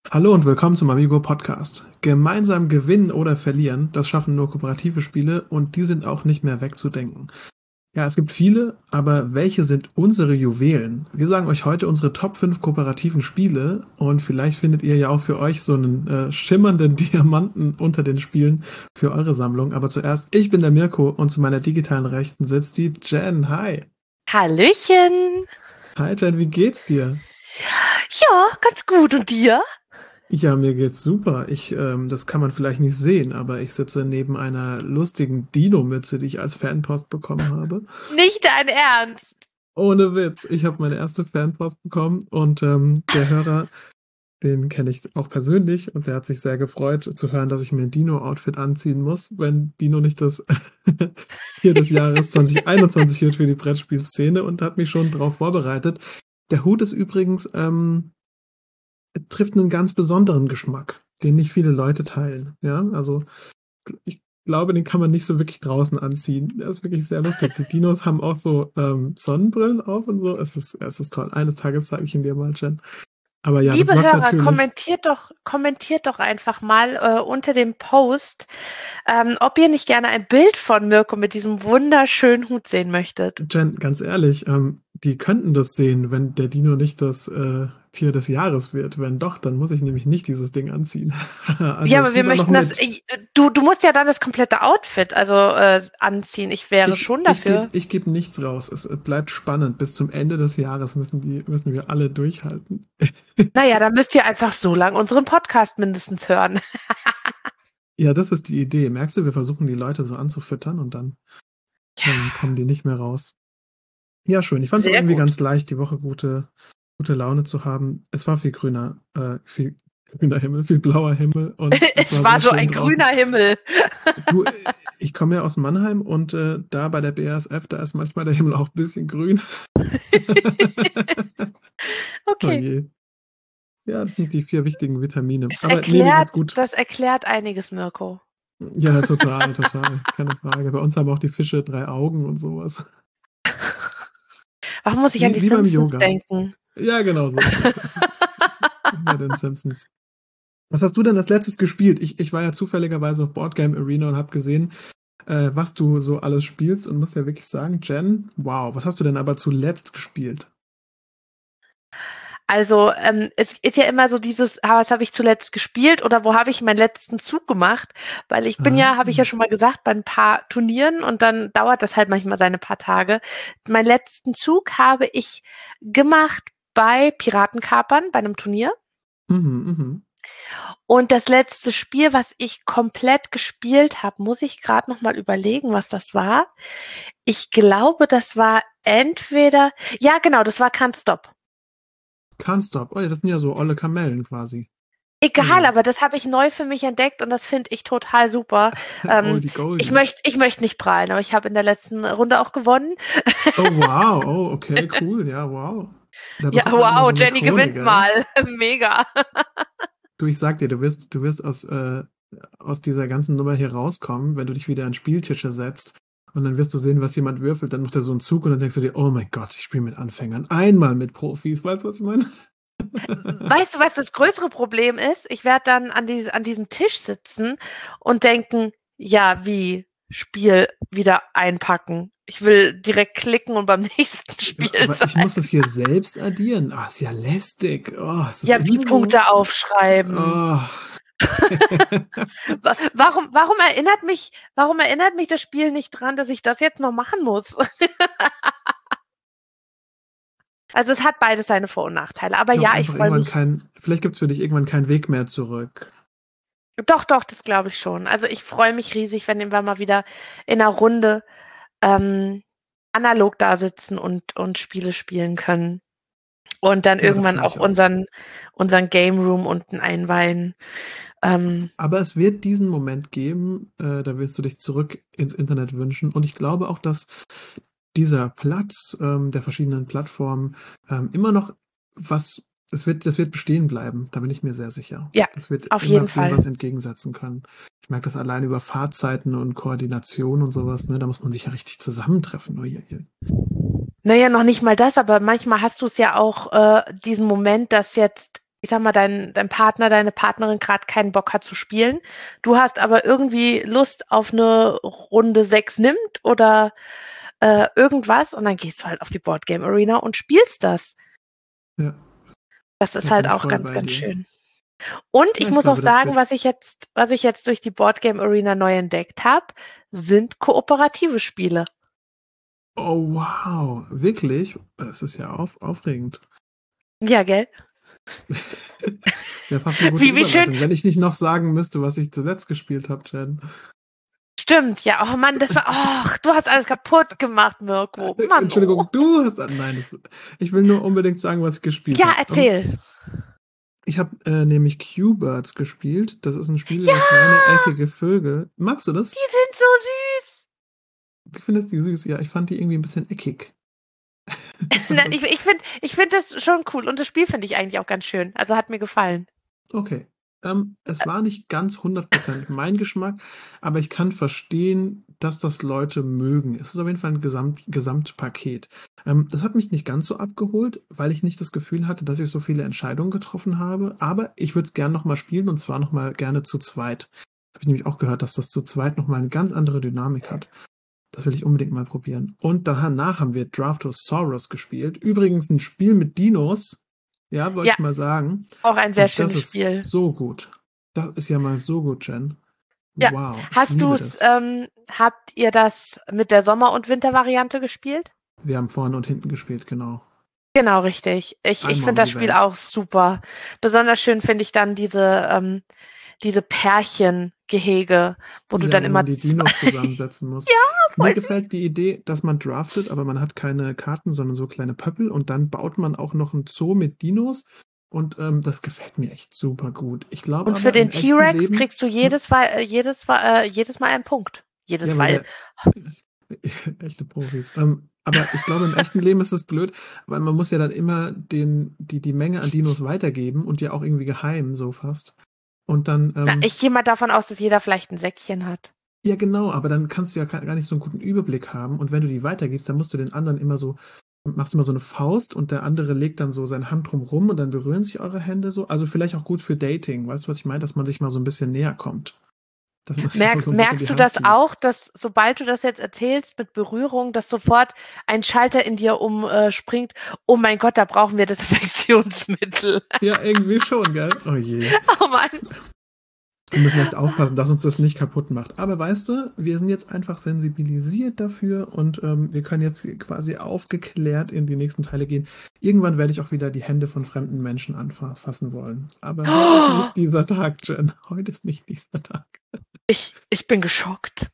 Hallo und willkommen zum Amigo Podcast. Gemeinsam gewinnen oder verlieren, das schaffen nur kooperative Spiele und die sind auch nicht mehr wegzudenken. Ja, es gibt viele, aber welche sind unsere Juwelen? Wir sagen euch heute unsere Top 5 kooperativen Spiele und vielleicht findet ihr ja auch für euch so einen schimmernden Diamanten unter den Spielen für eure Sammlung. Aber zuerst, ich bin der Mirko und zu meiner digitalen Rechten sitzt die Jen. Hi. Hallöchen. Hi Jen, wie geht's dir? Ja, ganz gut. Und dir? Ja, mir geht's super. Das kann man vielleicht nicht sehen, aber ich sitze neben einer lustigen Dino-Mütze, die ich als Fanpost bekommen habe. Nicht dein Ernst. Ohne Witz, ich habe meine erste Fanpost bekommen und der Hörer, den kenne ich auch persönlich und der hat sich sehr gefreut zu hören, dass ich mir ein Dino-Outfit anziehen muss, wenn Dino nicht das Tier des Jahres 2021 wird für die Brettspielszene und hat mich schon darauf vorbereitet. Der Hut ist übrigens trifft einen ganz besonderen Geschmack, den nicht viele Leute teilen. Ja, also ich glaube, den kann man nicht so wirklich draußen anziehen. Der ist wirklich sehr lustig. Die Dinos haben auch so Sonnenbrillen auf und so. Es ist toll. Eines Tages zeige ich ihn dir mal, Jen. Aber ja, das Liebe sorgt Hörer, natürlich. kommentiert doch einfach mal unter dem Post, ob ihr nicht gerne ein Bild von Mirko mit diesem wunderschönen Hut sehen möchtet. Jen, ganz ehrlich, die könnten das sehen, wenn der Dino nicht das Tier des Jahres wird. Wenn doch, dann muss ich nämlich nicht dieses Ding anziehen. Ja, Also aber wir Fieber noch möchten das. mit. Du musst ja dann das komplette Outfit anziehen. Ich wäre Ich, schon ich gebe dafür. ich geb nichts raus. Es bleibt spannend. Bis zum Ende des Jahres müssen wir alle durchhalten. Naja, dann müsst ihr einfach so lang unseren Podcast mindestens hören. Ja, das ist die Idee. Merkst du, wir versuchen die Leute so anzufüttern und dann kommen die nicht mehr raus. Ja, schön. Ich fand es auch Sehr irgendwie gut. ganz leicht, die Woche gute Laune zu haben. Es war viel grüner Himmel, viel blauer Himmel und es Es war war sehr so schön ein draußen. grüner Himmel. Du, ich komme ja aus Mannheim und da bei der BASF, da ist manchmal der Himmel auch ein bisschen grün. Oh Okay. je. Ja, das sind die 4 wichtigen Vitamine. Aber nee, mir geht's gut. Das erklärt einiges, Mirko. Ja, total, total. Keine Frage. Bei uns haben auch die Fische 3 Augen und sowas. Warum muss ich an die Wie beim Simpsons Yoga. denken? Ja, genau so ist es. Wie bei den Simpsons. Was hast du denn als letztes gespielt? Ich war ja zufälligerweise auf Boardgame Arena und habe gesehen, was du so alles spielst und muss ja wirklich sagen, Jen, wow, was hast du denn aber zuletzt gespielt? Also, es ist ja immer so dieses, was habe ich zuletzt gespielt oder wo habe ich meinen letzten Zug gemacht? Weil ich bin Ah, ja, habe ich ja schon mal gesagt, bei ein paar Turnieren und dann dauert das halt manchmal seine paar Tage. Meinen letzten Zug habe ich gemacht bei Piratenkapern, bei einem Turnier. mhm, mhm. Und das letzte Spiel, was ich komplett gespielt habe, muss ich gerade noch mal überlegen, was das war. Ich glaube, das war entweder, ja genau, das war Can't Stop. Can't Stop. Oh ja, das sind ja so olle Kamellen quasi. Egal, Also, aber das habe ich neu für mich entdeckt und das finde ich total super. Ähm, Oldie Goldie. ich möchte nicht prahlen, aber ich habe in der letzten Runde auch gewonnen. Oh, wow. Oh, okay, cool. Ja, wow. Da Ja, bekommt man immer wow, so eine Jenny Krone, gewinnt gell? mal. Mega. Du, ich sag dir, du wirst aus dieser ganzen Nummer hier rauskommen, wenn du dich wieder an Spieltische setzt und dann wirst du sehen, was jemand würfelt, dann macht er so einen Zug und dann denkst du dir, oh mein Gott, ich spiele mit Anfängern, einmal mit Profis, weißt du, was ich meine? Weißt du, was das größere Problem ist? Ich werde dann an diesem Tisch sitzen und denken, ja, wie Spiel wieder einpacken. Ich will direkt klicken und beim nächsten Ja, Spiel aber sein. ich muss das hier selbst addieren. Ah, ist ja lästig. Oh, ist das Ja, wie immer so? Punkte aufschreiben. Oh. Warum erinnert mich das Spiel nicht dran, dass ich das jetzt noch machen muss? Also es hat beides seine Vor- und Nachteile. Aber Ich glaube ja, ich einfach freue mich. vielleicht gibt es für dich irgendwann keinen Weg mehr zurück. Doch, doch, das glaube ich schon. Also ich freue mich riesig, wenn wir mal wieder in einer Runde ähm, analog da sitzen und Spiele spielen können. Und dann Ja, das irgendwann finde auch ich auch. unseren Game Room unten einweihen. Ähm, Aber es wird diesen Moment geben, da wirst du dich zurück ins Internet wünschen. Und ich glaube auch, dass dieser Platz der verschiedenen Plattformen immer noch was, das wird bestehen bleiben. Da bin ich mir sehr sicher. ja, Das wird auf immer jeden dem Fall. was entgegensetzen können. Ich merke das allein über Fahrzeiten und Koordination und sowas. Ne? Da muss man sich ja richtig zusammentreffen. Uiuiui. Naja, noch nicht mal das, aber manchmal hast du es ja auch, diesen Moment, dass jetzt ich sag mal, dein Partner, deine Partnerin gerade keinen Bock hat zu spielen. Du hast aber irgendwie Lust auf eine Runde 6 nimmt oder irgendwas und dann gehst du halt auf die Boardgame Arena und spielst das. Ja, Das ist da bin halt ich auch voll ganz, bei ganz dir. schön. Und Ja, ich ich muss auch glaube, das sagen, wird. was ich jetzt durch die Boardgame Arena neu entdeckt habe, sind kooperative Spiele. Oh, wow, wirklich? Das ist ja aufregend. Ja, gell? Wäre fast eine gute Wie schön. Überleitung, wenn ich nicht noch sagen müsste, was ich zuletzt gespielt habe, Jen. Stimmt, ja. Oh Mann, das war. Ach, du hast alles kaputt gemacht, Mirko. Mann, oh. Entschuldigung, du hast. Nein, ich will nur unbedingt sagen, was ich gespielt Ja, habe. erzähl. Ich habe nämlich Q-Birds gespielt. Das ist ein Spiel Ja, über kleine, eckige Vögel. Magst du das? die sind so süß. Du findest die süß? Ja, ich fand die irgendwie ein bisschen eckig. Nein, ich find das schon cool. Und das Spiel finde ich eigentlich auch ganz schön. Also hat mir gefallen. Okay. Es war nicht ganz 100% mein Geschmack, aber ich kann verstehen, dass das Leute mögen. Es ist auf jeden Fall ein Gesamtpaket. Das hat mich nicht ganz so abgeholt, weil ich nicht das Gefühl hatte, dass ich so viele Entscheidungen getroffen habe. Aber ich würde es gerne nochmal spielen und zwar nochmal gerne zu zweit. Habe ich nämlich auch gehört, dass das zu zweit nochmal eine ganz andere Dynamik hat. Das will ich unbedingt mal probieren. Und danach haben wir Draftosaurus gespielt. Übrigens ein Spiel mit Dinos. Ja, wollte Ja, ich mal sagen. auch ein sehr Und das schönes ist Spiel. so gut. Das ist ja mal so gut, Jen. Ja. Wow, ich liebe das. Habt ihr das mit der Sommer- und Wintervariante gespielt? Wir haben vorne und hinten gespielt, genau. Genau, richtig. Ich Einmal finde um das die Spiel Welt. auch super. Besonders schön finde ich dann diese Pärchengehege, wo du Ja, dann wo man immer die Dinos zusammensetzen muss. Ja, Mir voll süß. gefällt die Idee, dass man draftet, aber man hat keine Karten, sondern so kleine Pöppel und dann baut man auch noch ein Zoo mit Dinos und das gefällt mir echt super gut. Ich glaube Und für aber im den echten T-Rex Leben, kriegst du hm, jedes Mal einen Punkt. ja, Jedes weil Weil. der echte Profis. Aber ich glaube, im echten Leben ist es blöd, weil man muss ja dann immer die Menge an Dinos weitergeben und ja auch irgendwie geheim, so fast. Und dann, Na, ich gehe mal davon aus, dass jeder vielleicht ein Säckchen hat. ja genau, aber dann kannst du ja gar nicht so einen guten Überblick haben. Und wenn du die weitergibst, dann musst du den anderen immer so, machst immer so eine Faust und der andere legt dann so seine Hand drum rum und dann berühren sich eure Hände so. Also vielleicht auch gut für Dating. Weißt du, was ich meine? Dass man sich mal so ein bisschen näher kommt. Dass man sich mal so ein bisschen Merkst die du Hand das zieht. auch, dass sobald du das jetzt erzählst mit Berührung, dass sofort ein Schalter in dir umspringt? Oh mein Gott, da brauchen wir Desinfektionsmittel. Ja, irgendwie schon, gell? Oh je. Oh Mann. Wir müssen echt aufpassen, dass uns das nicht kaputt macht. Aber weißt du, wir sind jetzt einfach sensibilisiert dafür und wir können jetzt quasi aufgeklärt in die nächsten Teile gehen. Irgendwann werde ich auch wieder die Hände von fremden Menschen anfassen wollen. Aber heute ist Oh, nicht dieser Tag, Jen. Heute ist nicht dieser Tag. ich bin geschockt.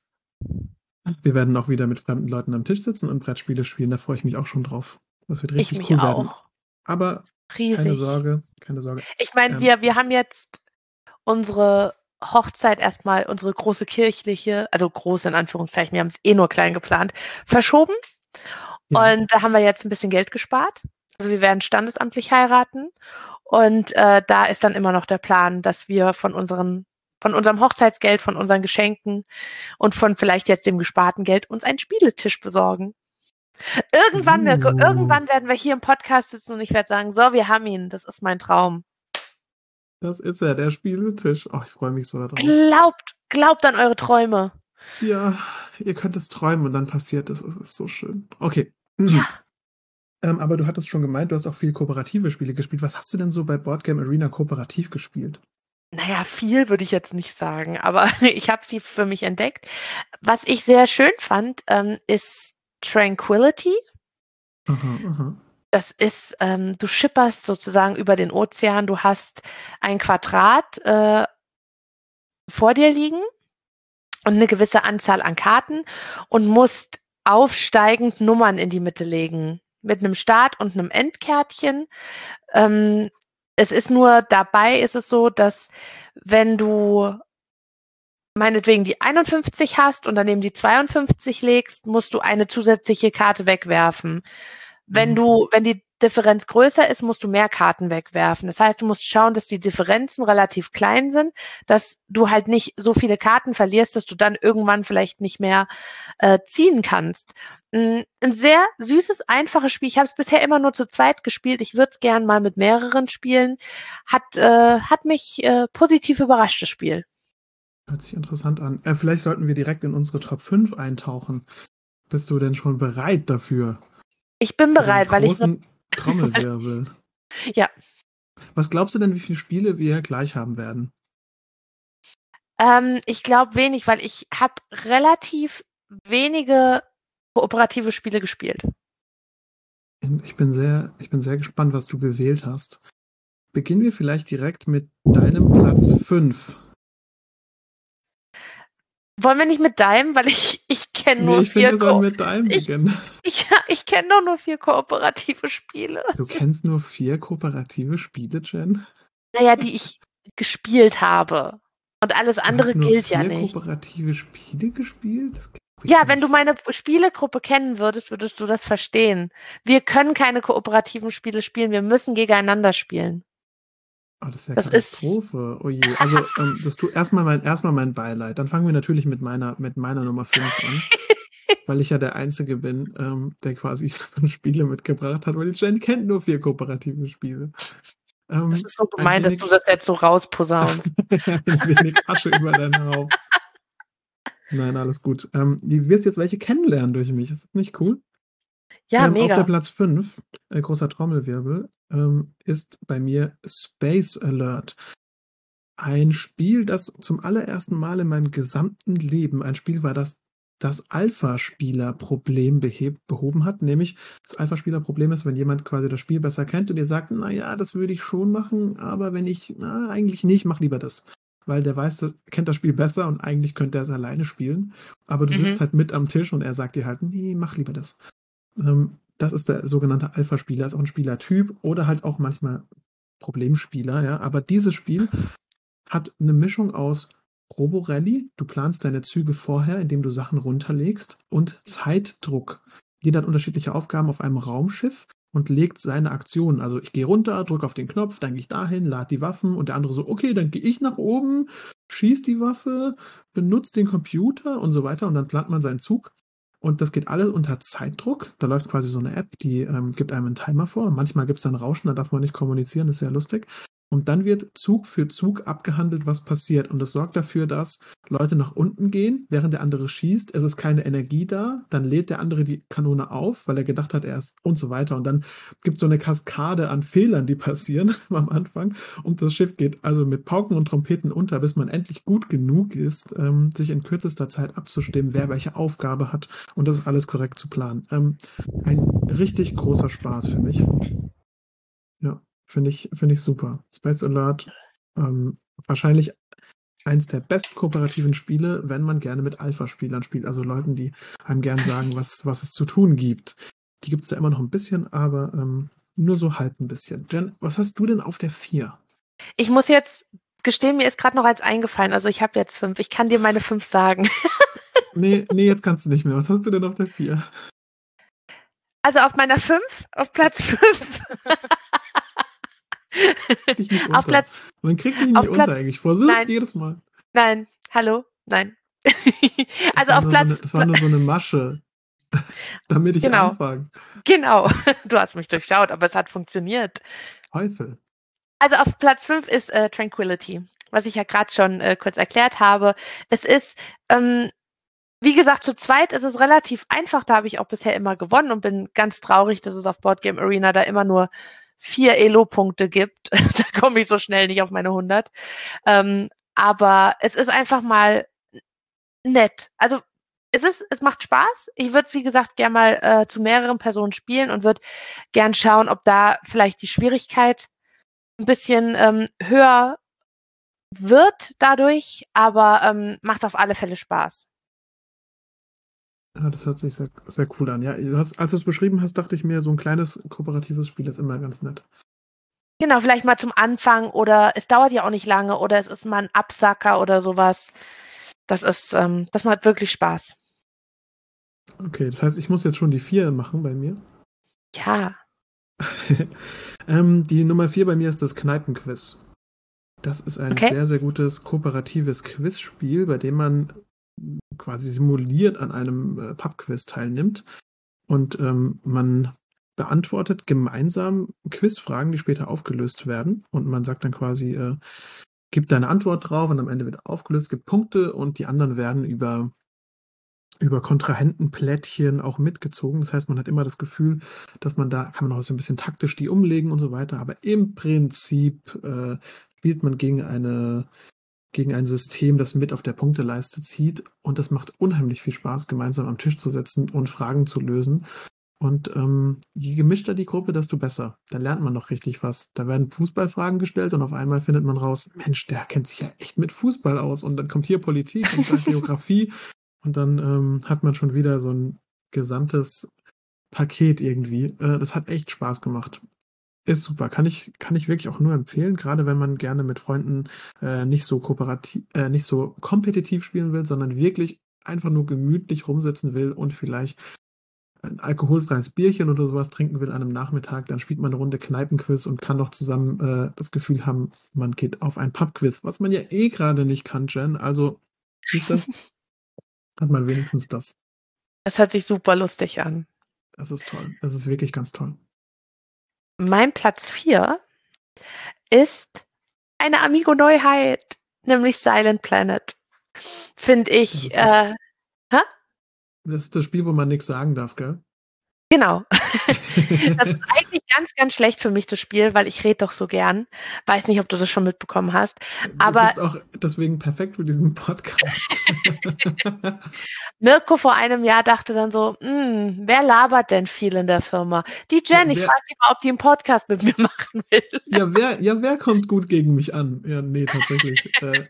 Wir werden auch wieder mit fremden Leuten am Tisch sitzen und Brettspiele spielen. Da freue ich mich auch schon drauf. Das wird Ich richtig mich cool werden. auch. Aber keine Riesig. Sorge, keine Sorge. Ich meine, Ähm, wir haben jetzt unsere Hochzeit erstmal, unsere große kirchliche, also groß in Anführungszeichen, wir haben es eh nur klein geplant, verschoben. ja. Und da haben wir jetzt ein bisschen Geld gespart. Also wir werden standesamtlich heiraten. Und da ist dann immer noch der Plan, dass wir von unserem Hochzeitsgeld, von unseren Geschenken und von vielleicht jetzt dem gesparten Geld uns einen Spieletisch besorgen. Irgendwann, Mirko, Uh, irgendwann werden wir hier im Podcast sitzen und ich werde sagen, so, wir haben ihn, das ist mein Traum. Das ist er, der Spieletisch. Oh, ich freue mich so darauf. Glaubt an eure Träume. Ja, ihr könnt es träumen und dann passiert es. Es ist so schön. Okay. Ja. Aber du hattest schon gemeint, du hast auch viel kooperative Spiele gespielt. Was hast du denn so bei Boardgame Arena kooperativ gespielt? Naja, viel würde ich jetzt nicht sagen, aber ich habe sie für mich entdeckt. Was ich sehr schön fand, ist Tranquility. Aha, aha. Das ist, du schipperst sozusagen über den Ozean, du hast ein Quadrat vor dir liegen und eine gewisse Anzahl an Karten und musst aufsteigend Nummern in die Mitte legen. Mit einem Start- und einem Endkärtchen. Ähm, es ist nur dabei, ist es so, dass wenn du meinetwegen die 51 hast und daneben die 52 legst, musst du eine zusätzliche Karte wegwerfen. Wenn die Differenz größer ist, musst du mehr Karten wegwerfen. Das heißt, du musst schauen, dass die Differenzen relativ klein sind, dass du halt nicht so viele Karten verlierst, dass du dann irgendwann vielleicht nicht mehr ziehen kannst. Ein sehr süßes, einfaches Spiel. Ich habe es bisher immer nur zu zweit gespielt. Ich würde es gern mal mit mehreren spielen. Hat mich positiv überrascht, das Spiel. Hört sich interessant an. Vielleicht sollten wir direkt in unsere Top 5 eintauchen. Bist du denn schon bereit dafür? Ich bin Für den bereit, weil ich großen Trommelwirbel. ja. Was glaubst du denn, wie viele Spiele wir gleich haben werden? Ich glaube wenig, weil ich habe relativ wenige kooperative Spiele gespielt. Ich bin sehr gespannt, was du gewählt hast. Beginnen wir vielleicht direkt mit deinem Platz 5. Wollen wir nicht mit deinem, weil ich kenne Nee, nur ich finde, 4 wir sollen mit deinem ich beginnen. ich kenne doch nur 4 kooperative Spiele. Du kennst nur 4 kooperative Spiele, Jen? Naja, die ich gespielt habe. Und alles Du andere hast nur gilt ja 4 nicht. kooperative Spiele gespielt? Das glaube ich Ja, wenn du nicht. meine Spielegruppe kennen würdest, würdest du das verstehen. Wir können keine kooperativen Spiele spielen, wir müssen gegeneinander spielen. Oh, das ist ja Das ist Katastrophe. Oh je. Also, das tut erstmal mein Beileid. Dann fangen wir natürlich mit meiner Nummer 5 an. Weil ich ja der Einzige bin, der quasi 5 Spiele mitgebracht hat, weil die Jen kennt nur 4 kooperative Spiele. das ist so Ein gemein, dass du wenig, das jetzt so rausposaunst. ein wenig Asche über dein Haupt. Nein, alles gut. Du wirst jetzt welche kennenlernen durch mich. Ist das nicht cool? Ja, Auf der mega. Platz 5, großer Trommelwirbel, ist bei mir Space Alert. Ein Spiel, das zum allerersten Mal in meinem gesamten Leben ein Spiel war, das das Alpha-Spieler-Problem behoben hat. Nämlich, das Alpha-Spieler-Problem ist, wenn jemand quasi das Spiel besser kennt und ihr sagt, naja, das würde ich schon machen, aber wenn ich, na, eigentlich nicht, mach lieber das. Weil der weiß, kennt das Spiel besser und eigentlich könnte er es alleine spielen. Aber du Mhm. sitzt halt mit am Tisch und er sagt dir halt, nee, mach lieber das. Das ist der sogenannte Alpha-Spieler, ist auch ein Spielertyp oder halt auch manchmal Problemspieler, ja. Aber dieses Spiel hat eine Mischung aus Roborally, du planst deine Züge vorher, indem du Sachen runterlegst, und Zeitdruck. Jeder hat unterschiedliche Aufgaben auf einem Raumschiff und legt seine Aktionen. Also ich gehe runter, drücke auf den Knopf, dann gehe ich dahin, lade die Waffen und der andere so, okay, dann gehe ich nach oben, schieß die Waffe, benutzt den Computer und so weiter und dann plant man seinen Zug. Und das geht alles unter Zeitdruck. Da läuft quasi so eine App, die gibt einem einen Timer vor. Manchmal gibt es dann Rauschen, da darf man nicht kommunizieren, das ist sehr lustig. Und dann wird Zug für Zug abgehandelt, was passiert. Und das sorgt dafür, dass Leute nach unten gehen, während der andere schießt. Es ist keine Energie da. Dann lädt der andere die Kanone auf, weil er gedacht hat, er ist und so weiter. Und dann gibt es so eine Kaskade an Fehlern, die passieren am Anfang. Und das Schiff geht also mit Pauken und Trompeten unter, bis man endlich gut genug ist, sich in kürzester Zeit abzustimmen, wer welche Aufgabe hat. Und das ist alles korrekt zu planen. Ein richtig großer Spaß für mich. Ja, finde ich super. Space Alert, wahrscheinlich eins der besten kooperativen Spiele, wenn man gerne mit Alpha-Spielern spielt, also Leuten, die einem gern sagen, was es zu tun gibt. Die gibt es da immer noch ein bisschen, aber nur so halb ein bisschen. Jen, was hast du denn auf der 4? Ich muss jetzt gestehen, mir ist gerade noch eins eingefallen. Also ich habe jetzt 5. Ich kann dir meine 5 sagen. Nee, jetzt kannst du nicht mehr. Was hast du denn auf der 4? Also auf meiner 5, auf Platz 5. Dich nicht Auf unter. Platz, Man kriegt dich nicht auf unter Platz, eigentlich. Ich versuch's nein, jedes Mal. nein, hallo, nein. Das Also war auf nur so eine, Platz, das war nur so eine Masche, damit ich genau, anfange. genau. Du hast mich durchschaut, aber es hat funktioniert. Teufel. Also auf Platz 5 ist Tranquility, was ich ja gerade schon kurz erklärt habe. Es ist, wie gesagt, zu zweit ist es relativ einfach. Da habe ich auch bisher immer gewonnen und bin ganz traurig, dass es auf Boardgame Arena da immer nur 4 Elo-Punkte gibt. Da komme ich so schnell nicht auf meine 100. Aber es ist einfach mal nett. Also es macht Spaß. Ich würde es, wie gesagt, gern mal zu mehreren Personen spielen und würde gern schauen, ob da vielleicht die Schwierigkeit ein bisschen höher wird dadurch, aber macht auf alle Fälle Spaß. Ja, das hört sich sehr, sehr cool an. Ja, als du es beschrieben hast, dachte ich mir, so ein kleines kooperatives Spiel ist immer ganz nett. Genau, vielleicht mal zum Anfang oder es dauert ja auch nicht lange oder es ist mal ein Absacker oder sowas. Das macht wirklich Spaß. Okay, das heißt, ich muss jetzt schon die 4 machen bei mir. Ja, Die Nummer 4 bei mir ist das Kneipenquiz. Das ist ein okay. sehr, sehr gutes kooperatives Quizspiel, bei dem man quasi simuliert an einem Pubquiz teilnimmt. und man beantwortet gemeinsam Quizfragen, die später aufgelöst werden. Und man sagt dann quasi, gibt deine Antwort drauf und am Ende wird aufgelöst, gibt Punkte und die anderen werden über Kontrahentenplättchen auch mitgezogen. Das heißt, man hat immer das Gefühl, dass man da kann man auch so ein bisschen taktisch die umlegen und so weiter. Aber im Prinzip spielt man gegen ein System, das mit auf der Punkteleiste zieht. Und das macht unheimlich viel Spaß, gemeinsam am Tisch zu sitzen und Fragen zu lösen. Und je gemischter die Gruppe, desto besser. Da lernt man noch richtig was. Da werden Fußballfragen gestellt und auf einmal findet man raus, Mensch, der kennt sich ja echt mit Fußball aus. Und dann kommt hier Politik und da Geografie. Und dann hat man schon wieder so ein gesamtes Paket irgendwie. Das hat echt Spaß gemacht. Ist super. Kann ich wirklich auch nur empfehlen, gerade wenn man gerne mit Freunden nicht so kompetitiv spielen will, sondern wirklich einfach nur gemütlich rumsitzen will und vielleicht ein alkoholfreies Bierchen oder sowas trinken will an einem Nachmittag, dann spielt man eine Runde Kneipenquiz und kann doch zusammen das Gefühl haben, man geht auf ein Pubquiz, was man ja eh gerade nicht kann, Jen. Also, siehst du, hat man wenigstens das. Es hört sich super lustig an. Das ist toll. Das ist wirklich ganz toll. Mein Platz 4 ist eine Amigo-Neuheit, nämlich Silent Planet. Finde Das ich, ist das, hä? das ist das Spiel, wo man nichts sagen darf, gell? Genau. Das ist eigentlich ganz, ganz schlecht für mich, das Spiel, weil ich rede doch so gern. Weiß nicht, ob du das schon mitbekommen hast. Du Aber bist auch deswegen perfekt für diesen Podcast. Mirko vor einem Jahr dachte dann so, wer labert denn viel in der Firma? Die Jen, ich Wer, frage die mal, ob die einen Podcast mit mir machen will. wer kommt gut gegen mich an? Ja, nee, tatsächlich.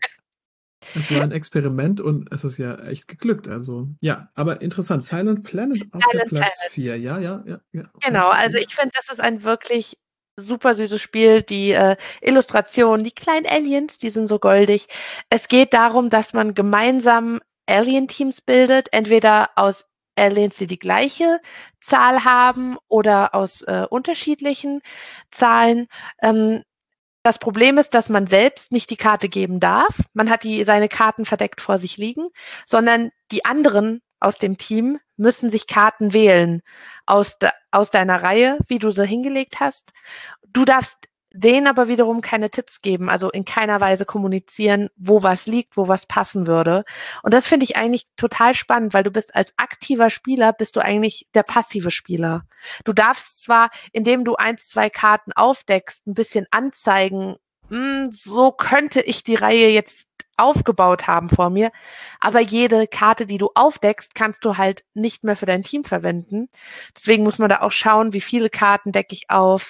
Es war ein Experiment und es ist ja echt geglückt. Also, ja, aber interessant. Silent Planet auf der Silent Platz Planet. 4. Ja, ja, ja, ja, habe Genau, ich also gesehen. ich finde, das ist ein wirklich super süßes Spiel. Die Illustrationen, die kleinen Aliens, die sind so goldig. Es geht darum, dass man gemeinsam Alien-Teams bildet, entweder aus Aliens, die die gleiche Zahl haben oder aus unterschiedlichen Zahlen. Das Problem ist, dass man selbst nicht die Karte geben darf. Man hat seine Karten verdeckt vor sich liegen, sondern die anderen aus dem Team müssen sich Karten wählen aus deiner Reihe, wie du sie hingelegt hast. Du darfst denen aber wiederum keine Tipps geben, also in keiner Weise kommunizieren, wo was liegt, wo was passen würde. Und das finde ich eigentlich total spannend, weil du bist als aktiver Spieler, bist du eigentlich der passive Spieler. Du darfst zwar, indem du 1, 2 Karten aufdeckst, ein bisschen anzeigen, so könnte ich die Reihe jetzt aufgebaut haben vor mir, aber jede Karte, die du aufdeckst, kannst du halt nicht mehr für dein Team verwenden. Deswegen muss man da auch schauen, wie viele Karten decke ich auf.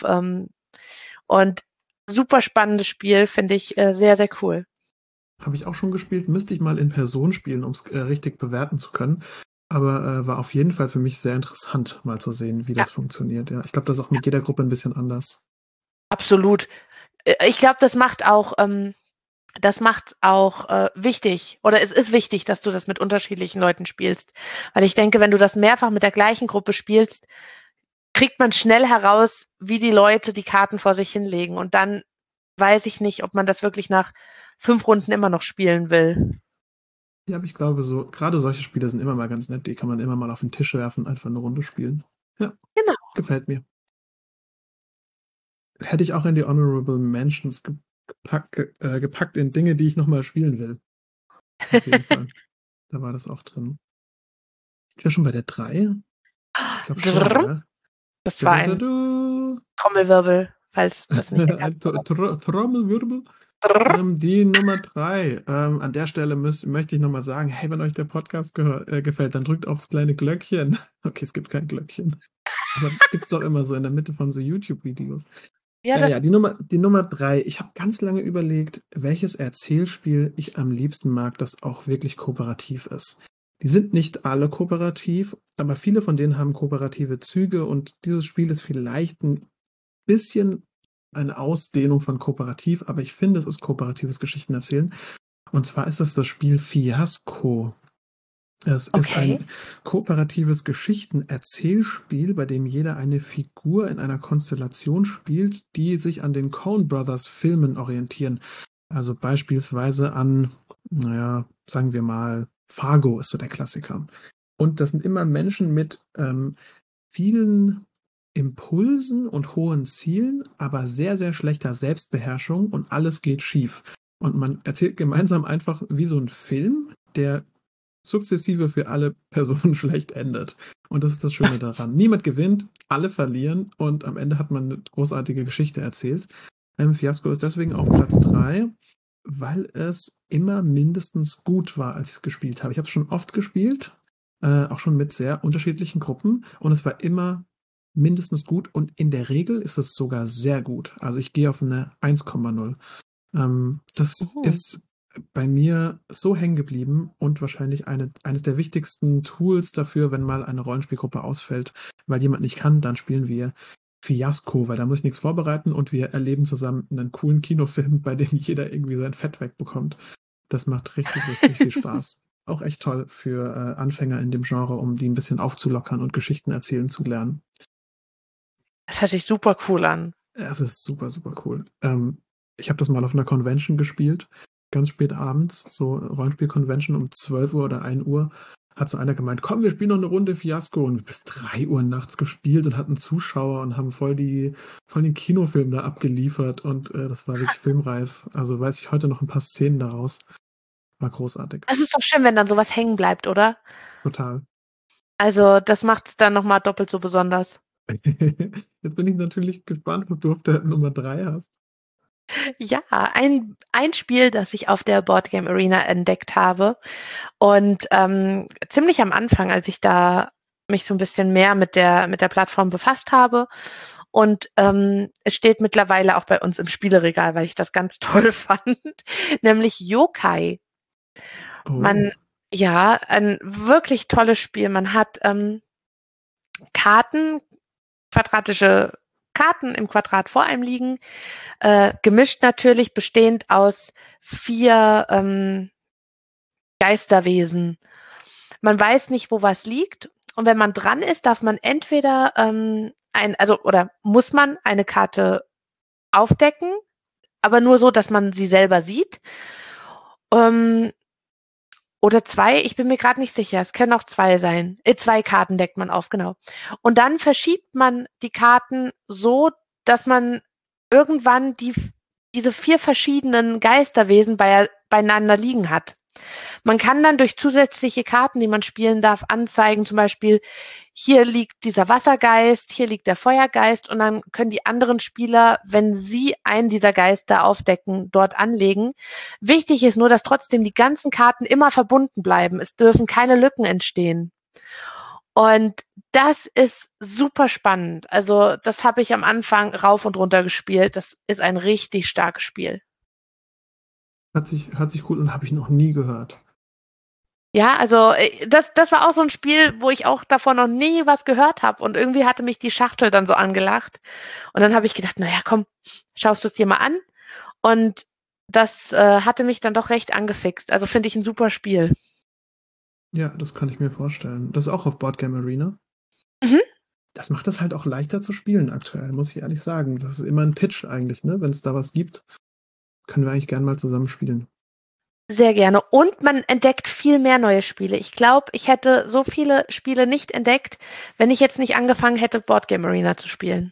Und super spannendes Spiel, finde ich sehr, sehr cool. Habe ich auch schon gespielt. Müsste ich mal in Person spielen, um es richtig bewerten zu können. Aber war auf jeden Fall für mich sehr interessant, mal zu sehen, wie Ja, das funktioniert. Ja, ich glaube, das ist auch mit jeder Gruppe ein bisschen anders. absolut. Ich glaube, das macht auch wichtig, oder es ist wichtig, dass du das mit unterschiedlichen Leuten spielst. Weil ich denke, wenn du das mehrfach mit der gleichen Gruppe spielst, kriegt man schnell heraus, wie die Leute die Karten vor sich hinlegen. Und dann weiß ich nicht, ob man das wirklich nach 5 Runden immer noch spielen will. Ja, aber ich glaube, so, gerade solche Spiele sind immer mal ganz nett. Die kann man immer mal auf den Tisch werfen und einfach eine Runde spielen. Ja, Genau. gefällt mir. Hätte ich auch in die Honorable Mentions gepackt in Dinge, die ich nochmal spielen will. Auf jeden Fall. Da war das auch drin. Ich war schon bei der 3. Ich glaube schon, Drrr. gell? Das war ein Du-du-du-du. Trommelwirbel, falls das nicht erkannt Ein wurde. Trommelwirbel. Drrr. Die Nummer 3. An der Stelle möchte ich nochmal sagen, hey, wenn euch der Podcast gefällt, dann drückt aufs kleine Glöckchen. Okay, es gibt kein Glöckchen. Aber das gibt es auch immer so in der Mitte von so YouTube-Videos. Ja, Ja, das die Nummer 3. Ich habe ganz lange überlegt, welches Erzählspiel ich am liebsten mag, das auch wirklich kooperativ ist. Die sind nicht alle kooperativ, aber viele von denen haben kooperative Züge und dieses Spiel ist vielleicht ein bisschen eine Ausdehnung von kooperativ, aber ich finde, es ist kooperatives Geschichtenerzählen. Und zwar ist das Spiel Fiasko. Es ist okay. ein kooperatives Geschichtenerzählspiel, bei dem jeder eine Figur in einer Konstellation spielt, die sich an den Coen Brothers Filmen orientieren. Also beispielsweise an, naja, sagen wir mal, Fargo ist so der Klassiker. Und das sind immer Menschen mit vielen Impulsen und hohen Zielen, aber sehr, sehr schlechter Selbstbeherrschung und alles geht schief. Und man erzählt gemeinsam einfach wie so ein Film, der sukzessive für alle Personen schlecht endet. Und das ist das Schöne daran. Niemand gewinnt, alle verlieren und am Ende hat man eine großartige Geschichte erzählt. Fiasco ist deswegen auf Platz 3, weil es immer mindestens gut war, als ich es gespielt habe. Ich habe es schon oft gespielt, auch schon mit sehr unterschiedlichen Gruppen und es war immer mindestens gut und in der Regel ist es sogar sehr gut. Also ich gehe auf eine 1,0. Das Mhm. ist bei mir so hängen geblieben und wahrscheinlich eines der wichtigsten Tools dafür, wenn mal eine Rollenspielgruppe ausfällt, weil jemand nicht kann, dann spielen wir Fiasko, weil da muss ich nichts vorbereiten und wir erleben zusammen einen coolen Kinofilm, bei dem jeder irgendwie sein Fett wegbekommt. Das macht richtig, richtig viel Spaß. Auch echt toll für Anfänger in dem Genre, um die ein bisschen aufzulockern und Geschichten erzählen zu lernen. Das hört sich super cool an. Es ist super, super cool. Ich habe das mal auf einer Convention gespielt, ganz spät abends, so Rollenspiel-Convention um 12 Uhr oder 1 Uhr. Hat so einer gemeint, komm, wir spielen noch eine Runde Fiasko und bis 3 Uhr nachts gespielt und hatten Zuschauer und haben voll den Kinofilm da abgeliefert und das war wirklich filmreif. Also weiß ich heute noch ein paar Szenen daraus. War großartig. Es ist doch schön, wenn dann sowas hängen bleibt, oder? Total. Also, das macht's dann noch mal doppelt so besonders. Jetzt bin ich natürlich gespannt, was du auf der Nummer 3 hast. Ja, ein Spiel, das ich auf der Board Game Arena entdeckt habe und, ziemlich am Anfang, als ich da mich so 'n bisschen mehr mit der Plattform befasst habe und, es steht mittlerweile auch bei uns im Spieleregal, weil ich das ganz toll fand, nämlich Yokai. Oh. Man Ja, ein wirklich tolles Spiel. Man hat, Karten, quadratische Karten im Quadrat vor einem liegen, gemischt natürlich, bestehend aus 4 Geisterwesen. Man weiß nicht, wo was liegt. Und wenn man dran ist, darf man entweder oder muss man eine Karte aufdecken, aber nur so, dass man sie selber sieht. Ähm, oder 2, ich bin mir gerade nicht sicher. Es können auch 2 sein. 2 Karten deckt man auf, genau. Und dann verschiebt man die Karten so, dass man irgendwann diese 4 verschiedenen Geisterwesen beieinander liegen hat. Man kann dann durch zusätzliche Karten, die man spielen darf, anzeigen, zum Beispiel, hier liegt dieser Wassergeist, hier liegt der Feuergeist und dann können die anderen Spieler, wenn sie einen dieser Geister aufdecken, dort anlegen. Wichtig ist nur, dass trotzdem die ganzen Karten immer verbunden bleiben. Es dürfen keine Lücken entstehen. Und das ist super spannend. Also das habe ich am Anfang rauf und runter gespielt. Das ist ein richtig starkes Spiel. Hört sich gut und habe ich noch nie gehört. Ja, also das war auch so ein Spiel, wo ich auch davon noch nie was gehört habe und irgendwie hatte mich die Schachtel dann so angelacht und dann habe ich gedacht: „Na ja, komm, schaust du's dir mal an." Und das, hatte mich dann doch recht angefixt. Also, finde ich 'n super Spiel. Ja, das kann ich mir vorstellen. Das ist auch auf Board Game Arena. Mhm. Das macht es halt auch leichter zu spielen aktuell, muss ich ehrlich sagen. Das ist immer ein Pitch eigentlich, ne? Wenn es da was gibt, können wir eigentlich gern mal zusammen spielen. Sehr gerne. Und man entdeckt viel mehr neue Spiele. Ich glaube, ich hätte so viele Spiele nicht entdeckt, wenn ich jetzt nicht angefangen hätte, Board Game Arena zu spielen.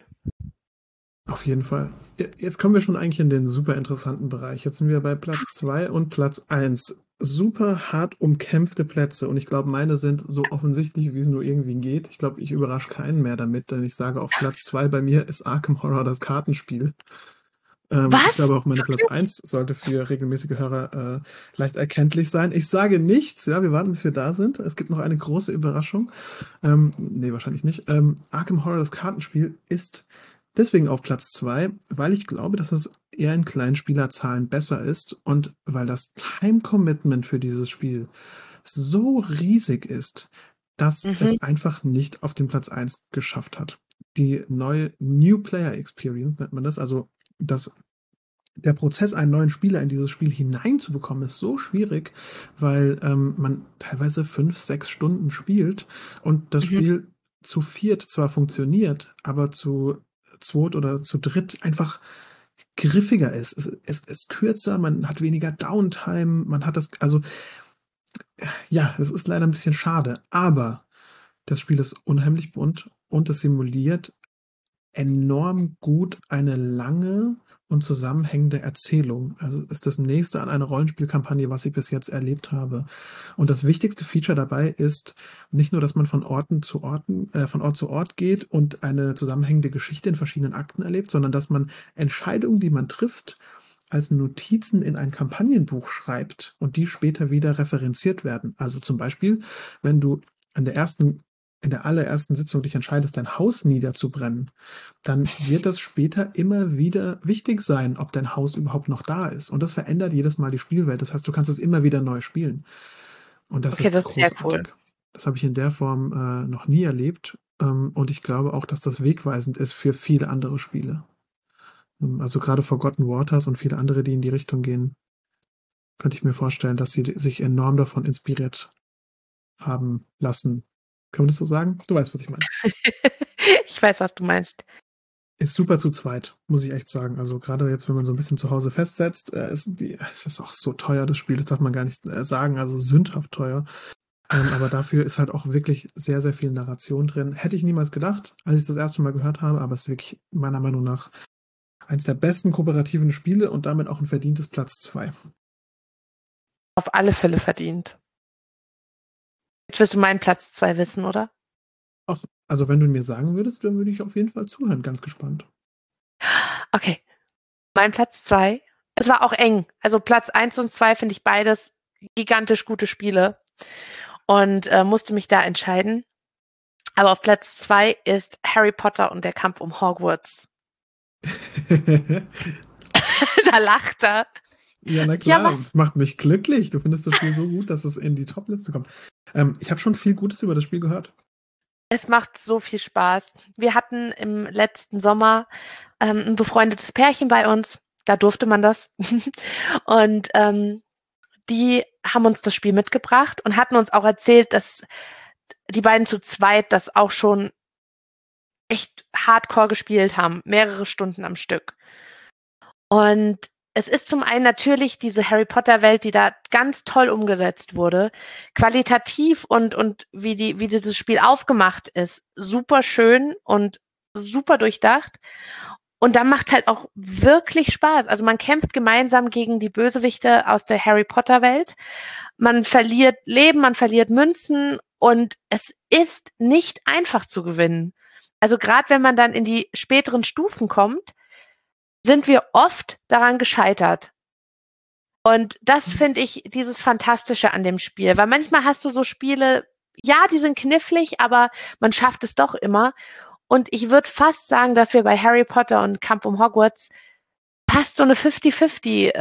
Auf jeden Fall. Jetzt kommen wir schon eigentlich in den super interessanten Bereich. Jetzt sind wir bei Platz 2 und Platz 1. Super hart umkämpfte Plätze und ich glaube, meine sind so offensichtlich, wie es nur irgendwie geht. Ich glaube, ich überrasche keinen mehr damit, denn ich sage, auf Platz 2 bei mir ist Arkham Horror das Kartenspiel. Ich Was? glaube auch meine Platz Wirklich? 1 sollte für regelmäßige Hörer leicht erkenntlich sein. Ich sage nichts, ja, wir warten, bis wir da sind. Es gibt noch eine große Überraschung. Nee, wahrscheinlich nicht. Arkham Horror, das Kartenspiel, ist deswegen auf Platz 2, weil ich glaube, dass es eher in kleinen Spielerzahlen besser ist und weil das Time-Commitment für dieses Spiel so riesig ist, dass Mhm, es einfach nicht auf den Platz 1 geschafft hat. Die neue New Player Experience nennt man das, also das der Prozess, einen neuen Spieler in dieses Spiel hineinzubekommen, ist so schwierig, weil man teilweise 5, 6 Stunden spielt und das mhm. Spiel zu viert zwar funktioniert, aber zu zweit oder zu dritt einfach griffiger ist. Es ist kürzer, man hat weniger Downtime, man hat das, also ja, es ist leider ein bisschen schade, aber das Spiel ist unheimlich bunt und es simuliert enorm gut eine lange und zusammenhängende Erzählung. Also es ist das Nächste an einer Rollenspielkampagne, was ich bis jetzt erlebt habe. Und das wichtigste Feature dabei ist nicht nur, dass man von Ort zu Ort geht und eine zusammenhängende Geschichte in verschiedenen Akten erlebt, sondern dass man Entscheidungen, die man trifft, als Notizen in ein Kampagnenbuch schreibt und die später wieder referenziert werden. Also zum Beispiel, wenn du in der allerersten Sitzung dich entscheidest, dein Haus niederzubrennen, dann wird das später immer wieder wichtig sein, ob dein Haus überhaupt noch da ist. Und das verändert jedes Mal die Spielwelt. Das heißt, du kannst es immer wieder neu spielen. Und das Okay, ist das ist sehr großartig. cool. Das habe ich in der Form noch nie erlebt. Und ich glaube auch, dass das wegweisend ist für viele andere Spiele. Also gerade Forgotten Waters und viele andere, die in die Richtung gehen, könnte ich mir vorstellen, dass sie sich enorm davon inspiriert haben lassen. Können wir das so sagen? Du weißt, was ich meine. Ich weiß, was du meinst. Ist super zu zweit, muss ich echt sagen. Also gerade jetzt, wenn man so ein bisschen zu Hause festsetzt, es ist auch so teuer, das Spiel, das darf man gar nicht sagen, also sündhaft teuer. Aber dafür ist halt auch wirklich sehr, sehr viel Narration drin. Hätte ich niemals gedacht, als ich das erste Mal gehört habe, aber es ist wirklich meiner Meinung nach eins der besten kooperativen Spiele und damit auch ein verdientes Platz 2. Auf alle Fälle verdient. Jetzt wirst du meinen Platz 2 wissen, oder? Also wenn du mir sagen würdest, dann würde ich auf jeden Fall zuhören, ganz gespannt. Okay. Mein Platz 2. Es war auch eng. Also Platz 1 und 2 finde ich beides gigantisch gute Spiele. Und musste mich da entscheiden. Aber auf Platz 2 ist Harry Potter und der Kampf um Hogwarts. Da lacht er. Ja, na Ja, klar, was? das macht mich glücklich. Du findest das Spiel so gut, dass es in die Top-Liste kommt. Ich habe schon viel Gutes über das Spiel gehört. Es macht so viel Spaß. Wir hatten im letzten Sommer ein befreundetes Pärchen bei uns. Da durfte man das. Und die haben uns das Spiel mitgebracht und hatten uns auch erzählt, dass die beiden zu zweit das auch schon echt hardcore gespielt haben, mehrere Stunden am Stück. Und es ist zum einen natürlich diese Harry Potter Welt, die da ganz toll umgesetzt wurde, qualitativ und wie dieses Spiel aufgemacht ist, super schön und super durchdacht. Und dann macht halt auch wirklich Spaß. Also man kämpft gemeinsam gegen die Bösewichte aus der Harry Potter Welt. Man verliert Leben, man verliert Münzen und es ist nicht einfach zu gewinnen. Also gerade wenn man dann in die späteren Stufen kommt, sind wir oft daran gescheitert. Und das finde ich dieses Fantastische an dem Spiel, weil manchmal hast du so Spiele, ja, die sind knifflig, aber man schafft es doch immer. Und ich würde fast sagen, dass wir bei Harry Potter und Kampf um Hogwarts fast so eine 50-50,